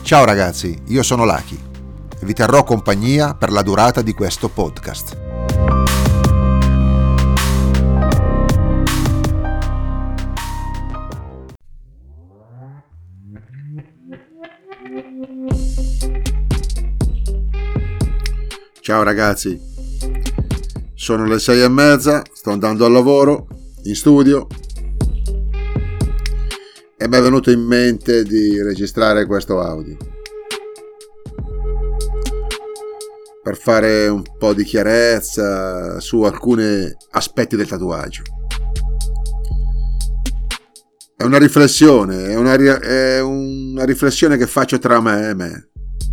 Ciao ragazzi, io sono Lucky e vi terrò compagnia per la durata di questo podcast. Ciao ragazzi, sono le 6:30, sto andando al lavoro, in studio, e mi è venuto in mente di registrare questo audio per fare un po' di chiarezza su alcuni aspetti del tatuaggio. È una riflessione, è una riflessione che faccio tra me e me.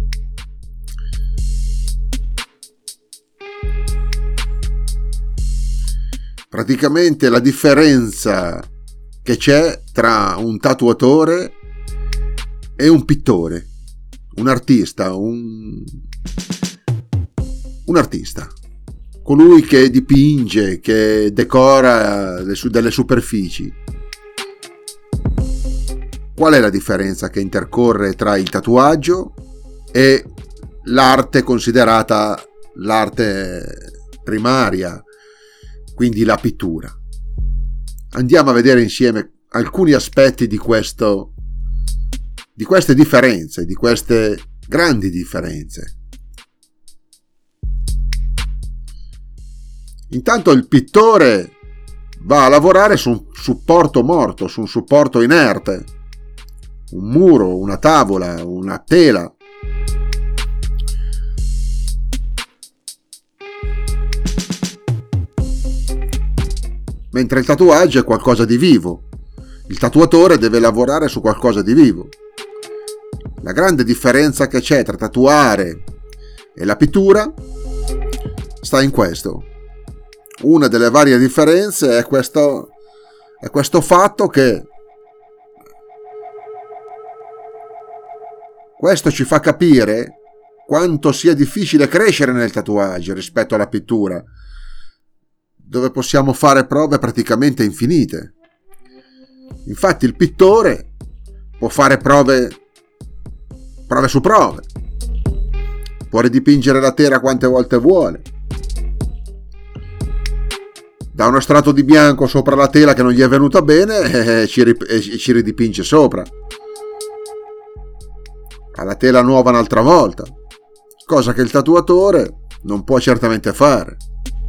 Praticamente la differenza che c'è tra un tatuatore e un pittore, un artista, un artista, colui che dipinge, che decora delle superfici. Qual è la differenza che intercorre tra il tatuaggio e l'arte considerata l'arte primaria, quindi la pittura? Andiamo a vedere insieme alcuni aspetti di queste differenze, di queste grandi differenze. Intanto il pittore va a lavorare su un supporto morto, su un supporto inerte, un muro, una tavola, una tela. Mentre il tatuaggio è qualcosa di vivo. Il tatuatore deve lavorare su qualcosa di vivo. La grande differenza che c'è tra tatuare e la pittura sta in questo. Una delle varie differenze è questo fatto che questo ci fa capire quanto sia difficile crescere nel tatuaggio rispetto alla pittura, dove possiamo fare prove praticamente infinite. Infatti il pittore può fare prove su prove, può ridipingere la tela quante volte vuole, dà uno strato di bianco sopra la tela che non gli è venuta bene e ci ridipinge sopra, alla tela nuova un'altra volta, cosa che il tatuatore non può certamente fare.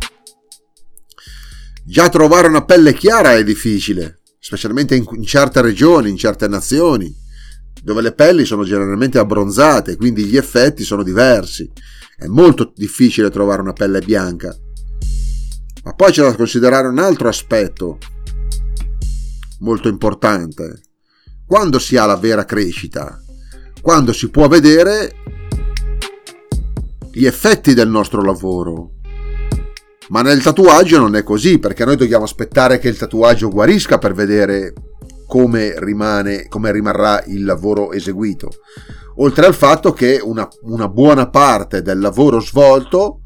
Già trovare una pelle chiara è difficile, specialmente in certe regioni, in certe nazioni, dove le pelli sono generalmente abbronzate, quindi gli effetti sono diversi. È molto difficile trovare una pelle bianca. Ma poi c'è da considerare un altro aspetto molto importante. Quando si ha la vera crescita, quando si può vedere gli effetti del nostro lavoro. Ma nel tatuaggio non è così, perché noi dobbiamo aspettare che il tatuaggio guarisca per vedere come rimarrà il lavoro eseguito. Oltre al fatto che una buona parte del lavoro svolto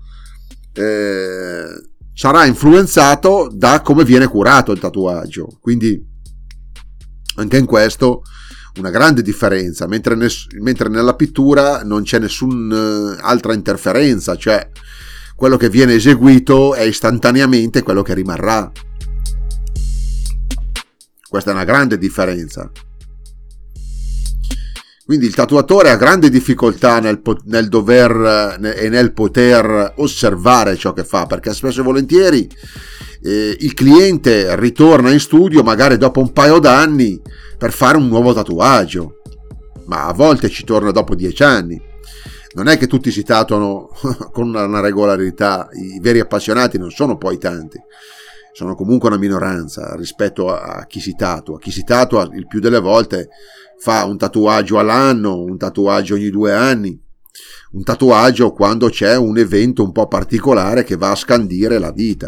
sarà influenzato da come viene curato il tatuaggio. Quindi anche in questo una grande differenza, mentre nella pittura non c'è nessun altra interferenza, cioè quello che viene eseguito è istantaneamente quello che rimarrà. Questa è una grande differenza. Quindi il tatuatore ha grande difficoltà nel dover e nel poter osservare ciò che fa, perché spesso e volentieri il cliente ritorna in studio magari dopo un paio d'anni per fare un nuovo tatuaggio, ma a volte ci torna dopo 10 anni. Non è che tutti si tatuano con una regolarità, i veri appassionati non sono poi tanti, sono comunque una minoranza rispetto a chi si tatua. Chi si tatua il più delle volte fa un tatuaggio all'anno, un tatuaggio ogni 2 anni, un tatuaggio quando c'è un evento un po' particolare che va a scandire la vita.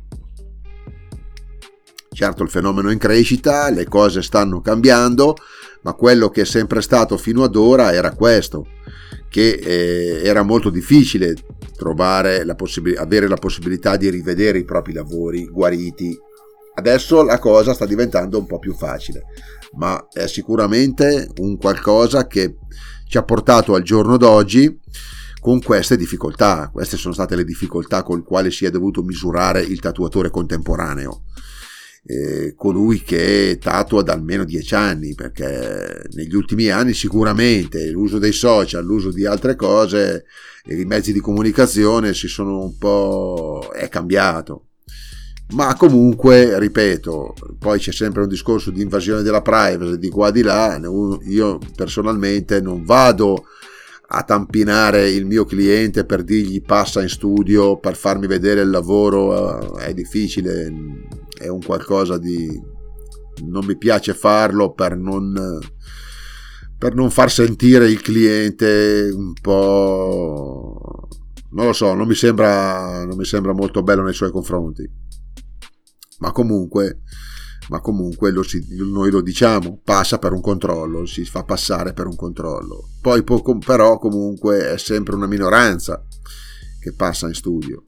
Certo, il fenomeno è in crescita, le cose stanno cambiando, ma quello che è sempre stato fino ad ora era questo, che era molto difficile avere la possibilità di rivedere i propri lavori guariti Adesso la cosa sta diventando un po' più facile, ma è sicuramente un qualcosa che ci ha portato al giorno d'oggi con queste difficoltà. Queste sono state le difficoltà con le quali si è dovuto misurare il tatuatore contemporaneo, colui che tatua da almeno 10 anni, perché negli ultimi anni sicuramente l'uso dei social, l'uso di altre cose, i mezzi di comunicazione è cambiato. Ma comunque, ripeto, poi c'è sempre un discorso di invasione della privacy di qua di là. Io personalmente non vado a tampinare il mio cliente per dirgli passa in studio per farmi vedere il lavoro, è difficile, è un qualcosa di... non mi piace farlo per non far sentire il cliente un po', non lo so, non mi sembra molto bello nei suoi confronti. Ma comunque noi lo diciamo, passa per un controllo, si fa passare per un controllo. Poi però comunque è sempre una minoranza che passa in studio.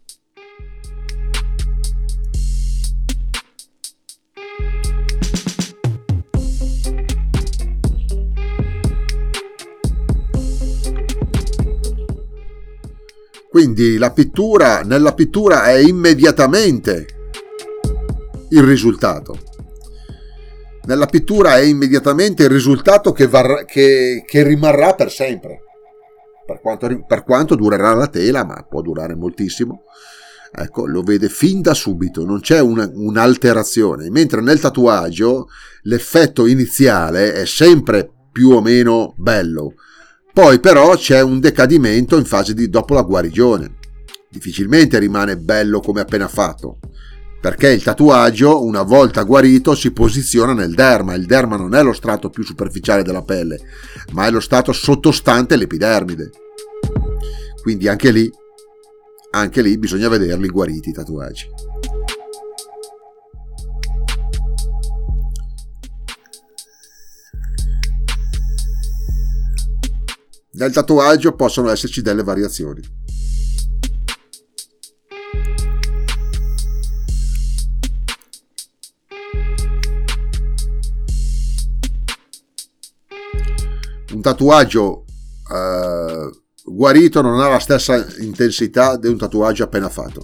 Quindi nella pittura è immediatamente il risultato. Nella pittura è immediatamente il risultato che rimarrà per sempre, per quanto durerà la tela, ma può durare moltissimo. Ecco, lo vede fin da subito, non c'è un'alterazione, mentre nel tatuaggio l'effetto iniziale è sempre più o meno bello, poi però c'è un decadimento in fase dopo la guarigione, difficilmente rimane bello come appena fatto, perché il tatuaggio, una volta guarito, si posiziona nel derma. Il derma non è lo strato più superficiale della pelle, ma è lo strato sottostante l'epidermide. Quindi anche lì bisogna vederli guariti i tatuaggi. Nel tatuaggio possono esserci delle variazioni. Un tatuaggio guarito non ha la stessa intensità di un tatuaggio appena fatto.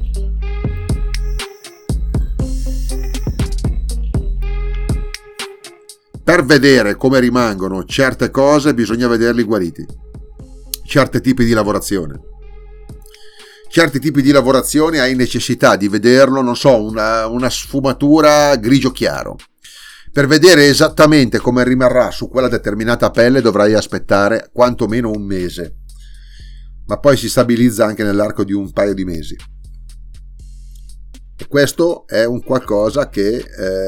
Per vedere come rimangono certe cose bisogna vederli guariti. Certi tipi di lavorazione hai necessità di vederlo, non so, una sfumatura grigio chiaro. Per vedere esattamente come rimarrà su quella determinata pelle dovrai aspettare quantomeno un mese, ma poi si stabilizza anche nell'arco di un paio di mesi. E questo è un qualcosa che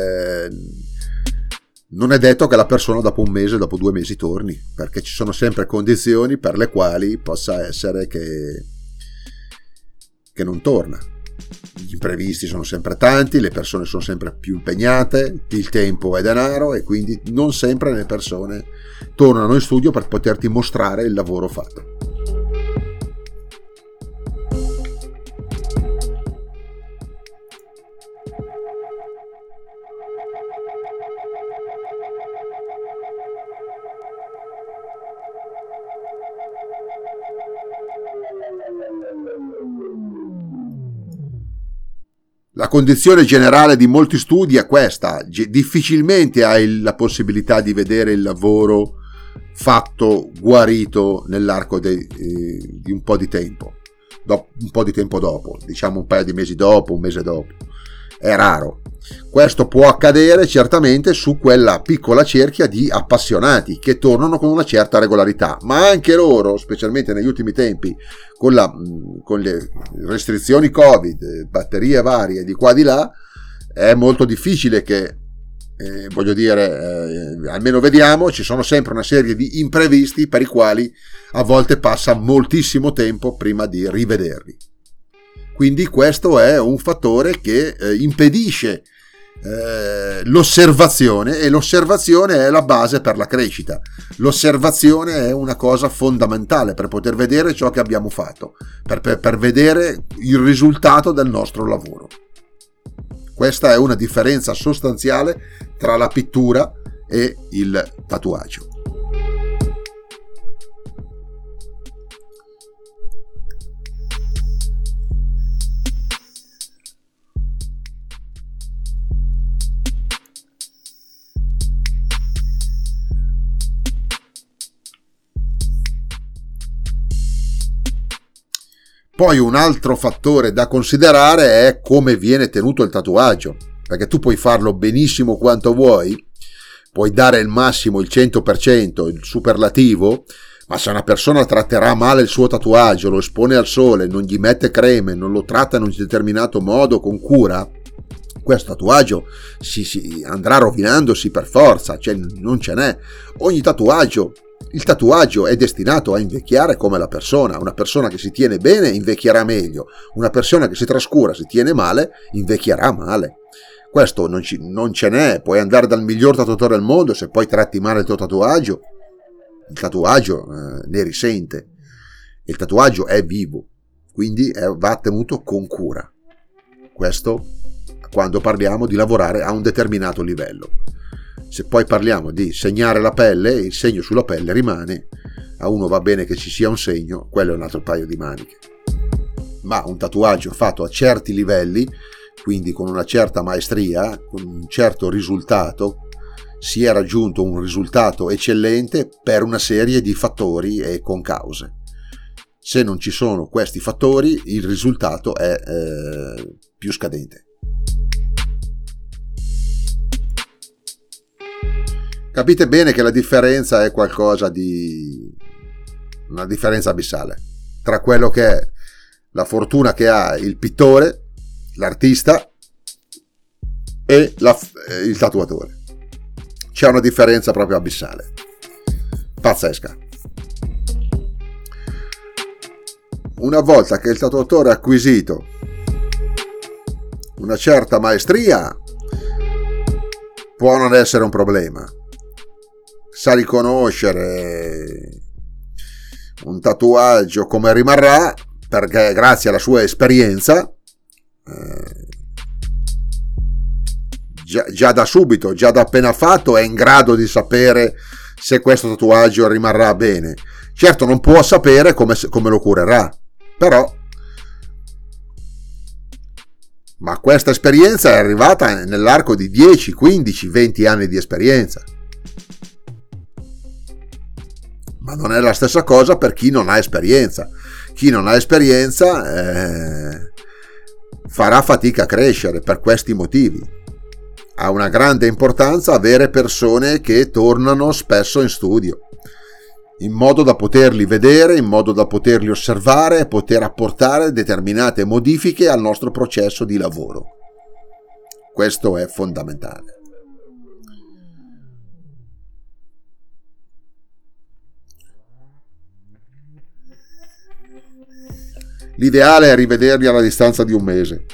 non è detto che la persona dopo un mese, dopo 2 mesi torni, perché ci sono sempre condizioni per le quali possa essere che non torna. Gli imprevisti sono sempre tanti, le persone sono sempre più impegnate, il tempo è denaro e quindi non sempre le persone tornano in studio per poterti mostrare il lavoro fatto. La condizione generale di molti studi è questa: difficilmente hai la possibilità di vedere il lavoro fatto, guarito nell'arco di un po' di tempo, un po' di tempo dopo, diciamo un paio di mesi dopo, un mese dopo. È raro. Questo può accadere certamente su quella piccola cerchia di appassionati che tornano con una certa regolarità, ma anche loro, specialmente negli ultimi tempi, con le restrizioni Covid, batterie varie di qua e di là, è molto difficile che, almeno vediamo, ci sono sempre una serie di imprevisti per i quali a volte passa moltissimo tempo prima di rivederli. Quindi questo è un fattore che impedisce l'osservazione, e l'osservazione è la base per la crescita. L'osservazione è una cosa fondamentale per poter vedere ciò che abbiamo fatto, per vedere il risultato del nostro lavoro. Questa è una differenza sostanziale tra la pittura e il tatuaggio. Poi un altro fattore da considerare è come viene tenuto il tatuaggio, perché tu puoi farlo benissimo quanto vuoi, puoi dare il massimo, il 100%, il superlativo, ma se una persona tratterà male il suo tatuaggio, lo espone al sole, non gli mette creme, non lo tratta in un determinato modo, con cura, questo tatuaggio si andrà rovinandosi per forza, cioè non ce n'è. Il tatuaggio è destinato a invecchiare come la persona. Una persona che si tiene bene invecchierà meglio, una persona che si trascura, si tiene male, invecchierà male. Questo non ce n'è. Puoi andare dal miglior tatuatore al mondo, se poi tratti male il tuo tatuaggio, il tatuaggio ne risente. Il tatuaggio è vivo, quindi va tenuto con cura. Questo quando parliamo di lavorare a un determinato livello. Se poi parliamo di segnare la pelle, il segno sulla pelle rimane, a uno va bene che ci sia un segno, quello è un altro paio di maniche. Ma un tatuaggio fatto a certi livelli, quindi con una certa maestria, con un certo risultato, si è raggiunto un risultato eccellente per una serie di fattori e concause. Se non ci sono questi fattori, il risultato è più scadente. Capite bene che la differenza è una differenza abissale tra quello che è la fortuna che ha il pittore, l'artista e il tatuatore. C'è una differenza proprio abissale, pazzesca. Una volta che il tatuatore ha acquisito una certa maestria, può non essere un problema. Sa riconoscere un tatuaggio come rimarrà, perché grazie alla sua esperienza già da subito, già da appena fatto, è in grado di sapere se questo tatuaggio rimarrà bene. Certo non può sapere come lo curerà, però ma questa esperienza è arrivata nell'arco di 10, 15, 20 anni di esperienza. Ma non è la stessa cosa per chi non ha esperienza. Chi non ha esperienza farà fatica a crescere per questi motivi. Ha una grande importanza avere persone che tornano spesso in studio, in modo da poterli vedere, in modo da poterli osservare e poter apportare determinate modifiche al nostro processo di lavoro. Questo è fondamentale. L'ideale è rivederli alla distanza di un mese.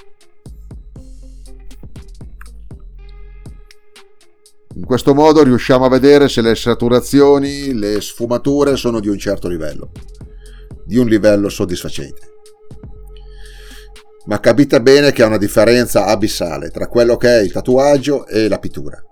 In questo modo riusciamo a vedere se le saturazioni, le sfumature sono di un certo livello, di un livello soddisfacente. Ma capite bene che è una differenza abissale tra quello che è il tatuaggio e la pittura.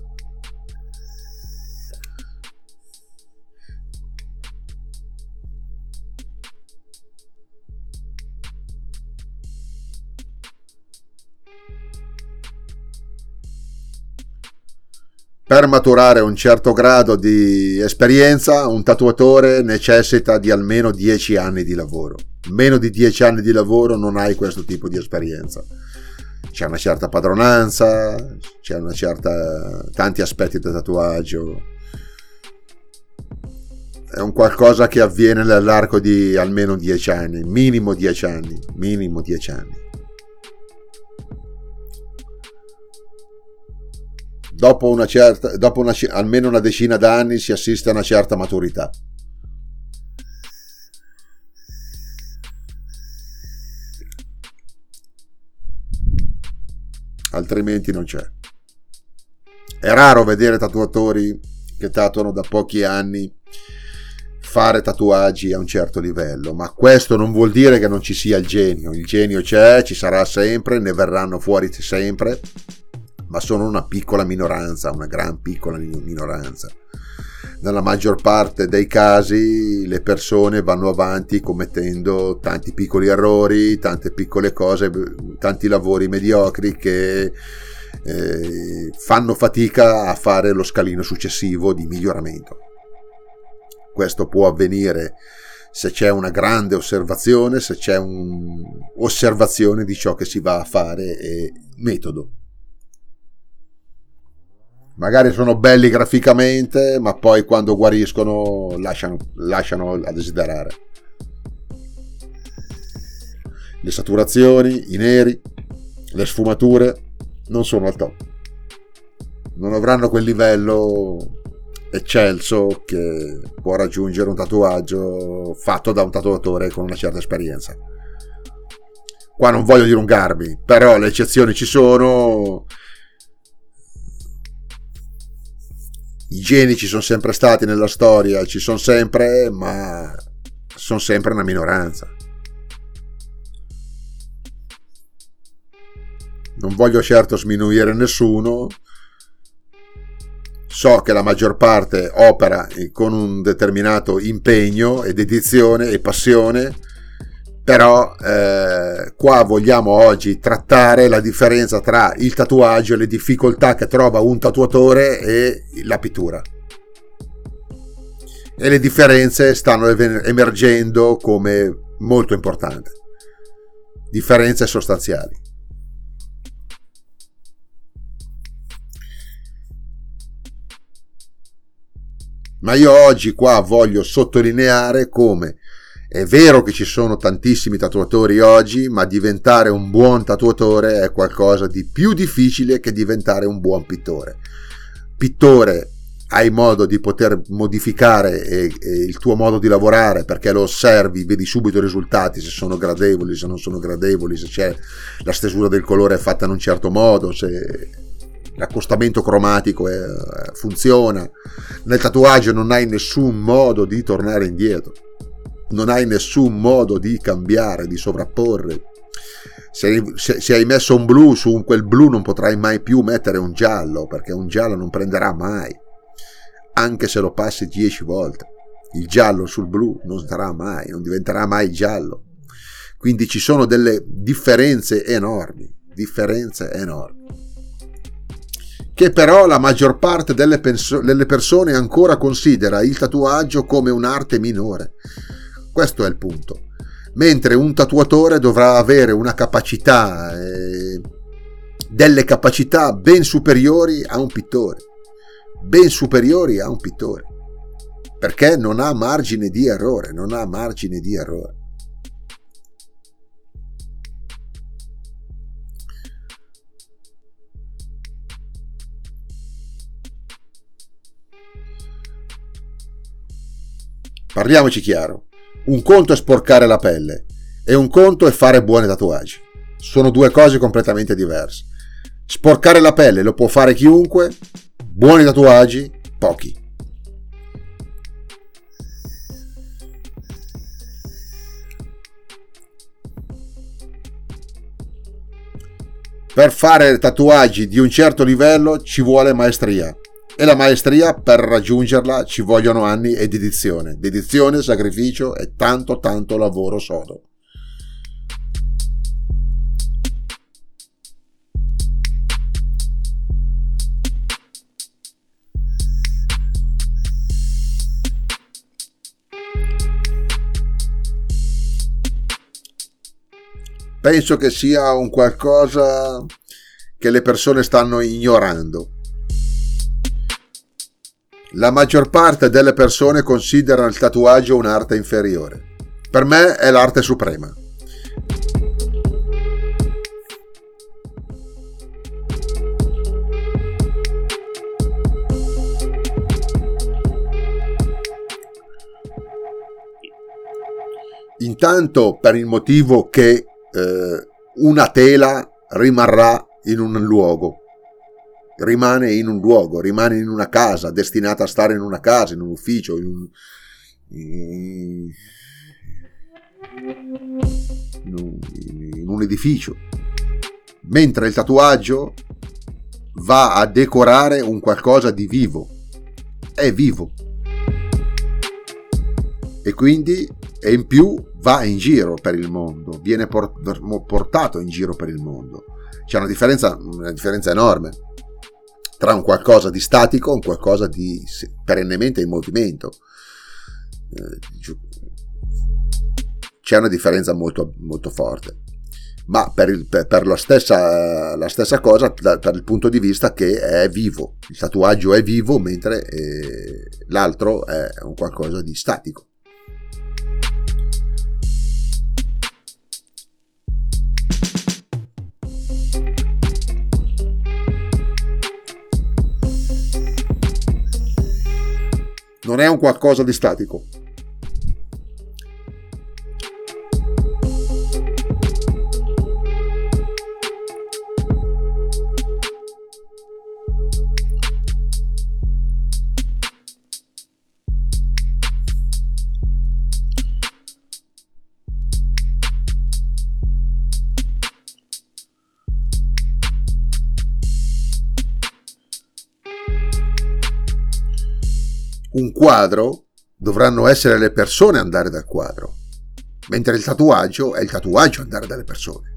Per maturare un certo grado di esperienza, un tatuatore necessita di almeno 10 anni di lavoro. Meno di 10 anni di lavoro non hai questo tipo di esperienza. C'è una certa padronanza, tanti aspetti del tatuaggio. È un qualcosa che avviene nell'arco di almeno 10 anni, minimo 10 anni. Dopo almeno una decina d'anni si assiste a una certa maturità. Altrimenti non c'è. È raro vedere tatuatori che tatuano da pochi anni fare tatuaggi a un certo livello, ma questo non vuol dire che non ci sia il genio c'è, ci sarà sempre, ne verranno fuori sempre, ma sono una piccola minoranza, una gran piccola minoranza. Nella maggior parte dei casi le persone vanno avanti commettendo tanti piccoli errori, tante piccole cose, tanti lavori mediocri che fanno fatica a fare lo scalino successivo di miglioramento. Questo può avvenire se c'è una grande osservazione, se c'è un'osservazione di ciò che si va a fare e metodo. Magari sono belli graficamente, ma poi quando guariscono lasciano a desiderare. Le saturazioni, i neri, le sfumature non sono al top. Non avranno quel livello eccelso che può raggiungere un tatuaggio fatto da un tatuatore con una certa esperienza. Qua non voglio dilungarmi, però le eccezioni ci sono. I geni ci sono sempre stati nella storia, ci sono sempre, ma sono sempre una minoranza. Non voglio certo sminuire nessuno. So che la maggior parte opera con un determinato impegno e dedizione e passione, però qua vogliamo oggi trattare la differenza tra il tatuaggio e le difficoltà che trova un tatuatore e la pittura. E le differenze stanno emergendo come molto importanti. Differenze sostanziali. Ma io oggi qua voglio sottolineare come è vero che ci sono tantissimi tatuatori oggi, ma diventare un buon tatuatore è qualcosa di più difficile che diventare un buon pittore. Pittore, hai modo di poter modificare il tuo modo di lavorare, perché lo osservi, vedi subito i risultati, se sono gradevoli, se non sono gradevoli, se c'è la stesura del colore è fatta in un certo modo, se l'accostamento cromatico funziona. Nel tatuaggio non hai nessun modo di tornare indietro, non hai nessun modo di cambiare, di sovrapporre. Se hai messo un blu, su quel blu non potrai mai più mettere un giallo, perché un giallo non prenderà mai, anche se lo passi 10 volte. Il giallo sul blu non starà mai, non diventerà mai giallo. Quindi ci sono delle differenze enormi, che però la maggior parte delle persone ancora considera il tatuaggio come un'arte minore. Questo è il punto. Mentre un tatuatore dovrà avere una capacità, delle capacità ben superiori a un pittore. Perché non ha margine di errore, Parliamoci chiaro. Un conto è sporcare la pelle e un conto è fare buoni tatuaggi. Sono due cose completamente diverse. Sporcare la pelle lo può fare chiunque, buoni tatuaggi, pochi. Per fare tatuaggi di un certo livello ci vuole maestria. E la maestria, per raggiungerla, ci vogliono anni e dedizione, sacrificio e tanto lavoro sodo. Penso che sia un qualcosa che le persone stanno ignorando. La maggior parte delle persone considera il tatuaggio un'arte inferiore. Per me è l'arte suprema. Intanto per il motivo che una tela rimarrà in un luogo. Rimane in una casa, destinata a stare in una casa, in un ufficio, in un edificio, mentre il tatuaggio va a decorare un qualcosa di vivo, è vivo, e quindi e in più va in giro per il mondo, viene portato in giro per il mondo. C'è una differenza enorme tra un qualcosa di statico e un qualcosa di perennemente in movimento. C'è una differenza molto, molto forte, ma per la stessa cosa, per il punto di vista che è vivo. Il tatuaggio è vivo, mentre l'altro è un qualcosa di statico. Non è un qualcosa di statico. Un quadro dovranno essere le persone andare dal quadro, mentre il tatuaggio è il tatuaggio andare dalle persone.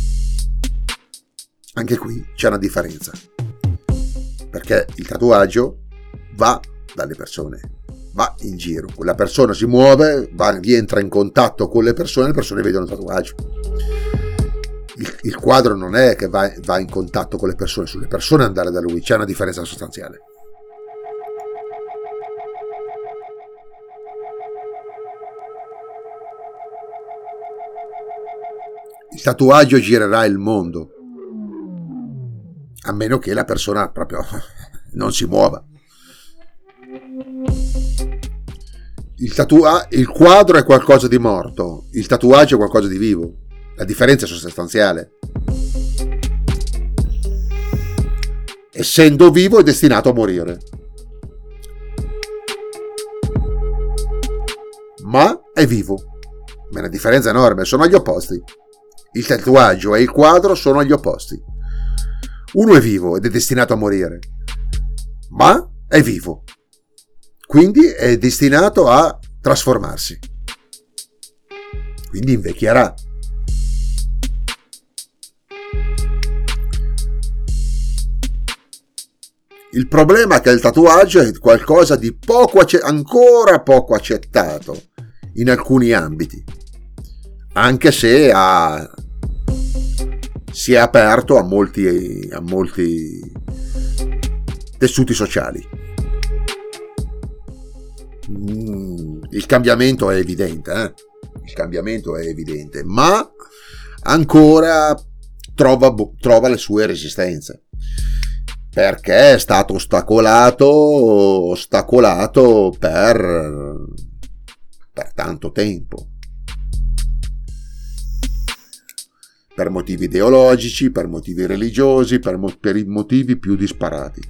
Anche qui c'è una differenza, perché il tatuaggio va dalle persone, va in giro, la persona si muove, entra in contatto con le persone vedono il tatuaggio. Il quadro non è che va in contatto con le persone, sulle persone andare da lui, c'è una differenza sostanziale. Il tatuaggio girerà il mondo, a meno che la persona proprio non si muova. Il quadro è qualcosa di morto, il tatuaggio è qualcosa di vivo. La differenza è sostanziale. Essendo vivo è destinato a morire, ma è vivo. Ma è una differenza enorme, sono agli opposti. Il tatuaggio e il quadro sono agli opposti. Uno è vivo ed è destinato a morire, ma è vivo, quindi è destinato a trasformarsi, quindi invecchierà. Il problema è che il tatuaggio è qualcosa di ancora poco accettato in alcuni ambiti, anche se si è aperto a molti tessuti sociali. Il cambiamento è evidente, ma ancora trova le sue resistenze, perché è stato ostacolato per tanto tempo, per motivi ideologici, per motivi religiosi, per i motivi più disparati.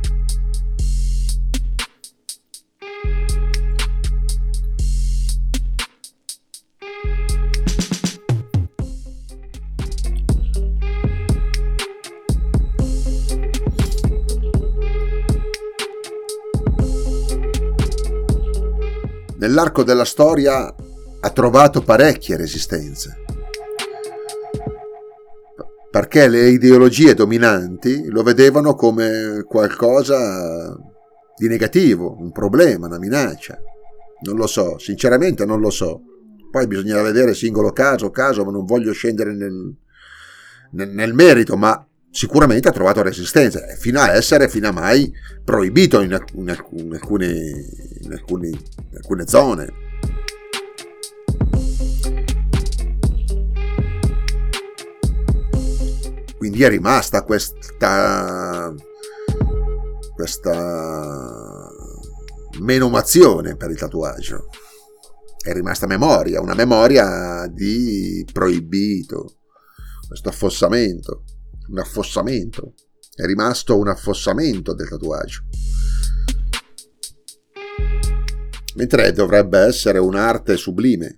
Nell'arco della storia ha trovato parecchie resistenze, perché le ideologie dominanti lo vedevano come qualcosa di negativo, un problema, una minaccia. Non lo so, sinceramente non lo so. Poi bisogna vedere singolo caso, ma non voglio scendere nel merito, ma sicuramente ha trovato resistenza, fino a essere fino a mai proibito in alcune zone. Quindi è rimasta questa menomazione per il tatuaggio, è rimasta una memoria di proibito, questo affossamento, è rimasto un affossamento del tatuaggio. mentre dovrebbe essere un'arte sublime.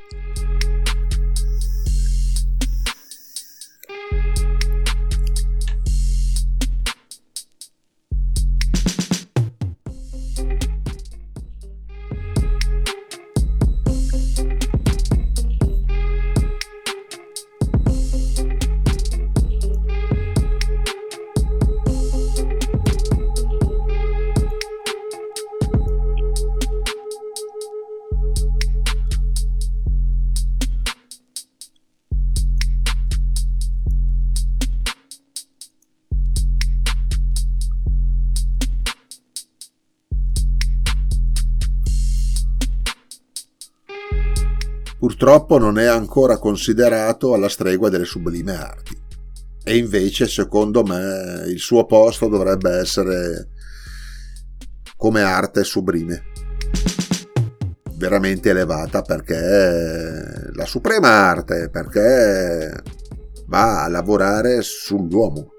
Purtroppo non è ancora considerato alla stregua delle sublime arti, e invece secondo me il suo posto dovrebbe essere come arte sublime, veramente elevata, perché è la suprema arte, perché va a lavorare sull'uomo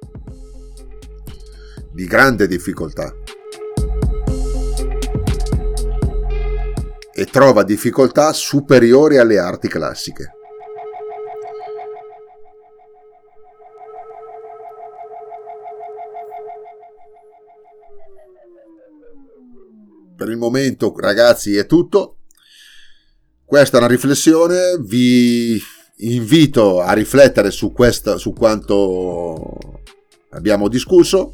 di grande difficoltà e trova difficoltà superiori alle arti classiche. Per il momento, ragazzi, è tutto. Questa è una riflessione, vi invito a riflettere su quanto abbiamo discusso.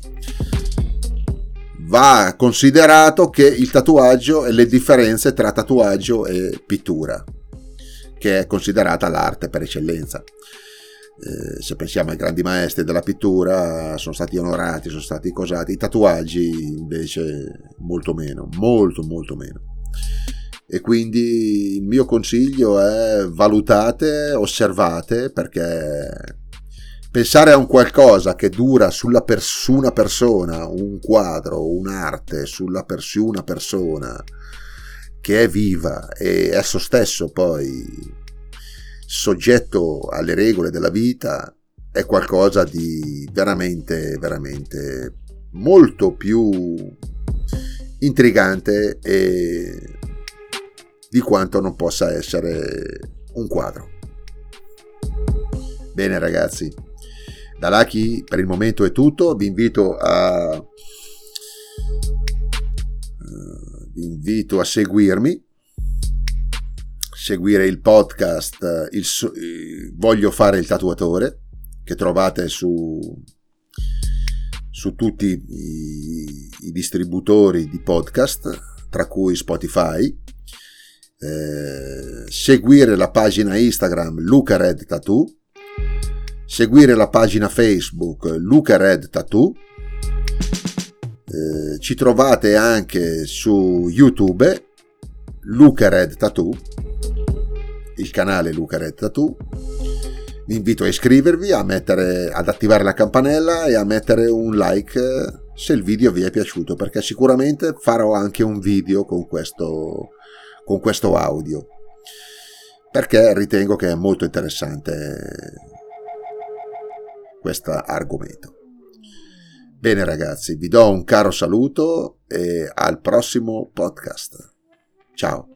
Va considerato che il tatuaggio e le differenze tra tatuaggio e pittura, che è considerata l'arte per eccellenza. Se pensiamo ai grandi maestri della pittura, sono stati onorati, sono stati cosati. I tatuaggi invece molto meno, molto meno. E quindi il mio consiglio è: valutate, osservate, perché pensare a un qualcosa che dura su una persona, un quadro, un'arte su una persona che è viva e è esso stesso poi soggetto alle regole della vita, è qualcosa di veramente molto più intrigante e di quanto non possa essere un quadro. Bene ragazzi, da Lucky per il momento è tutto. Vi invito a seguirmi, seguire il podcast Voglio fare il tatuatore, che trovate su tutti i distributori di podcast, tra cui Spotify. Seguire la pagina Instagram Luca Red Tattoo, seguire la pagina Facebook Luca Red Tattoo. Ci trovate anche su YouTube Luca Red Tattoo, il canale Luca Red Tattoo. Vi invito a iscrivervi, ad attivare la campanella e a mettere un like se il video vi è piaciuto, perché sicuramente farò anche un video con questo audio, perché ritengo che è molto interessante questo argomento. Bene ragazzi, vi do un caro saluto e al prossimo podcast. Ciao.